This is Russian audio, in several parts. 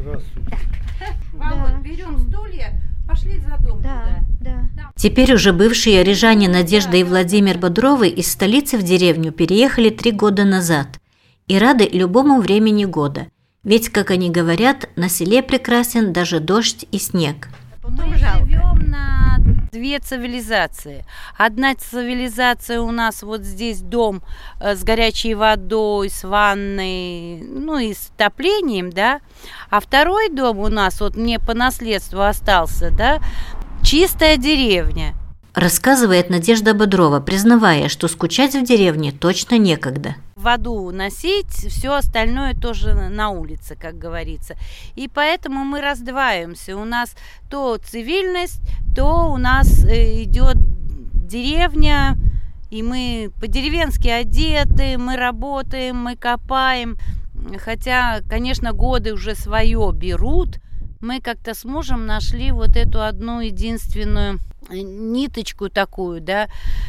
Здравствуйте. Володь, берем стулья, пошли за дом туда. Теперь уже бывшие рижане Надежда и Владимир Бодровы из столицы в деревню переехали 3 года назад и рады любому времени года. Ведь, как они говорят, на селе прекрасен даже дождь и снег. Мы живем на 2 цивилизации. Одна цивилизация у нас вот здесь дом с горячей водой, с ванной, и с отоплением, да. А второй дом у нас, вот мне по наследству остался, да, чистая деревня. Рассказывает Надежда Бодрова, признавая, что скучать в деревне точно некогда. Воду носить, все остальное тоже на улице, как говорится. И поэтому мы раздваиваемся. У нас то цивильность, то у нас идет деревня, и мы по-деревенски одеты, мы работаем, мы копаем. Хотя, конечно, годы уже свое берут. Мы как-то с мужем нашли вот эту одну единственную ниточку такую, да,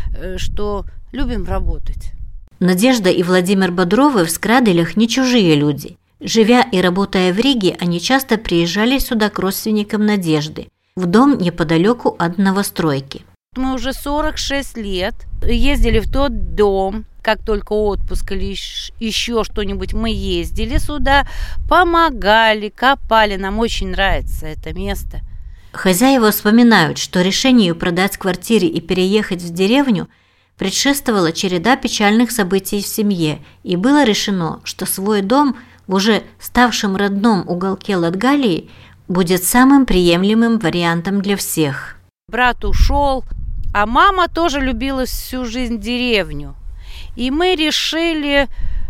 что любим работать. Надежда и Владимир Бодровы в Скрадылях не чужие люди. Живя и работая в Риге, они часто приезжали сюда к родственникам Надежды, в дом неподалеку от новостройки. Мы уже 46 лет ездили в тот дом, как только отпуск или еще что-нибудь, мы ездили сюда, помогали, копали, нам очень нравится это место. Хозяева вспоминают, что решению продать квартиры и переехать в деревню предшествовала череда печальных событий в семье, и было решено, что свой дом в уже ставшем родном уголке Латгалии будет самым приемлемым вариантом для всех. Брат ушел, а мама тоже любила всю жизнь деревню. И мы решили,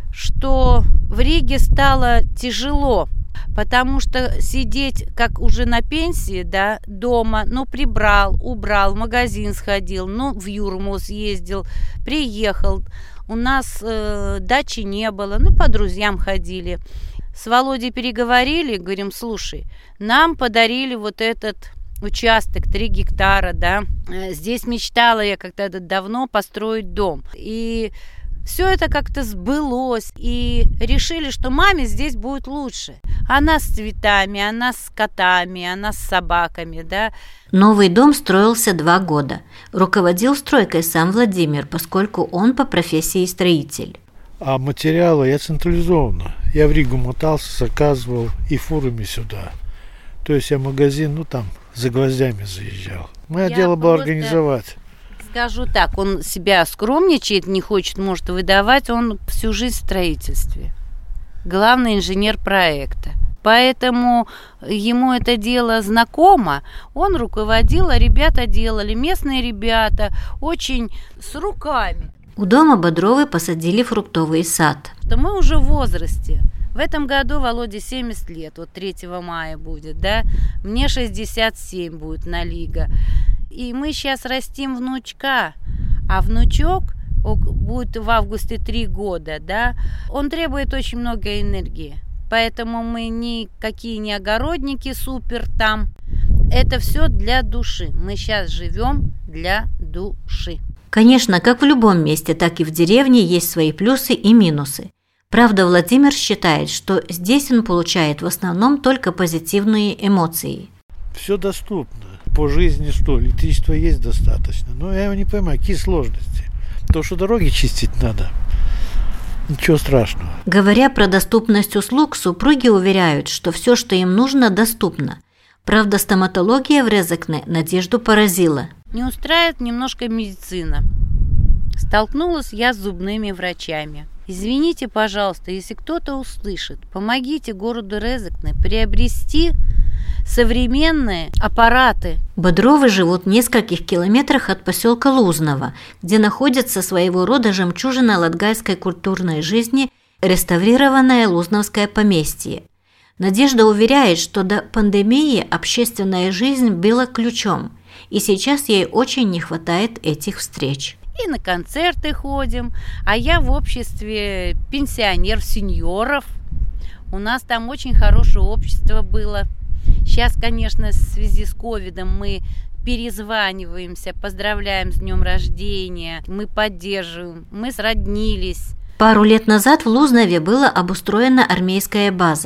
что в Риге стало тяжело, потому что сидеть, как уже на пенсии, да, дома, прибрал, убрал, в магазин сходил, в Юрму съездил, приехал. У нас дачи не было, по друзьям ходили. С Володей переговорили, говорим, слушай, нам подарили вот этот участок, 3 гектара, да. Здесь мечтала я когда-то давно построить дом. И все это как-то сбылось, и решили, что маме здесь будет лучше. Она с цветами, она с котами, она с собаками, да. Новый дом строился 2 года. Руководил стройкой сам Владимир, поскольку он по профессии строитель. А материалы я централизованно. Я в Ригу мотался, заказывал и фурами сюда. То есть я в магазин, там за гвоздями заезжал. Мое дело было организовать. Скажу так, он себя скромничает, не хочет, может, выдавать, он всю жизнь в строительстве. Главный инженер проекта. Поэтому ему это дело знакомо, он руководил, а ребята делали, местные ребята, очень с руками. У дома Бодровы посадили фруктовый сад. Мы уже в возрасте. В этом году Володе 70 лет, 3 мая будет, да? Мне 67 будет на Лига. И мы сейчас растим внучка, а внучок будет в августе 3 года, да? Он требует очень много энергии, поэтому мы никакие не огородники супер там. Это все для души. Мы сейчас живем для души. Конечно, как в любом месте, так и в деревне есть свои плюсы и минусы. Правда, Владимир считает, что здесь он получает в основном только позитивные эмоции. Все доступно. По жизни что? Электричества есть достаточно. Но я его не понимаю, какие сложности. То, что дороги чистить надо, ничего страшного. Говоря про доступность услуг, супруги уверяют, что все, что им нужно, доступно. Правда, стоматология в Резекне Надежду поразила. Не устраивает немножко медицина. Столкнулась я с зубными врачами. Извините, пожалуйста, если кто-то услышит, помогите городу Резекне приобрести современные аппараты. Бодровы живут в нескольких километрах от поселка Лузново, где находится своего рода жемчужина латгальской культурной жизни реставрированное Лузновское поместье. Надежда уверяет, что до пандемии общественная жизнь была ключом, и сейчас ей очень не хватает этих встреч. И на концерты ходим, а я в обществе пенсионеров, У нас там очень хорошее общество было. Сейчас, конечно, в связи с ковидом мы перезваниваемся, поздравляем с днем рождения, мы поддерживаем, мы сроднились. Пару лет назад в Лузнове была обустроена армейская база.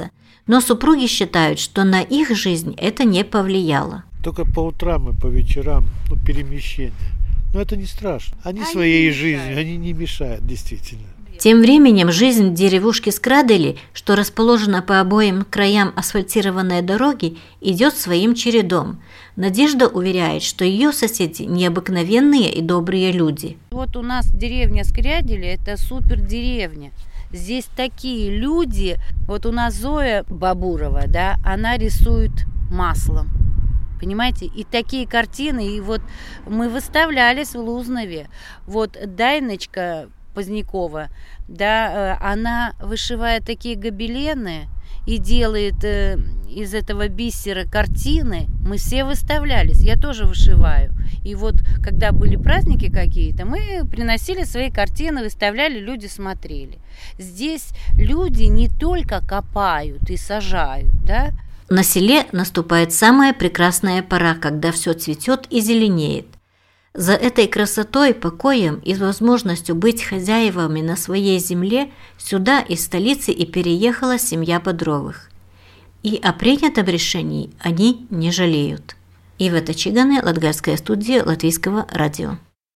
Но супруги считают, что на их жизнь это не повлияло. Только по утрам и по вечерам перемещение. Но это не страшно. Они своей жизнью, они не мешают, действительно. Тем временем жизнь деревушки Скрадели, что расположена по обоим краям асфальтированной дороги, идет своим чередом. Надежда уверяет, что ее соседи необыкновенные и добрые люди. Вот у нас деревня Скрядели – это супер деревня. Здесь такие люди. Вот у нас Зоя Бабурова, да, она рисует маслом. Понимаете? И такие картины. И вот мы выставлялись в Лузнове. Вот Дайночка Позднякова, да, она вышивает такие гобелены и делает из этого бисера картины. Мы все выставлялись, я тоже вышиваю. И вот когда были праздники какие-то, мы приносили свои картины, выставляли, люди смотрели. Здесь люди не только копают и сажают, да. На селе наступает самая прекрасная пора, когда все цветет и зеленеет. За этой красотой, покоем и возможностью быть хозяевами на своей земле сюда из столицы и переехала семья Бодровых. И о принятом решении они не жалеют. Ивета Чигане, Латгальская студия Латвийского радио.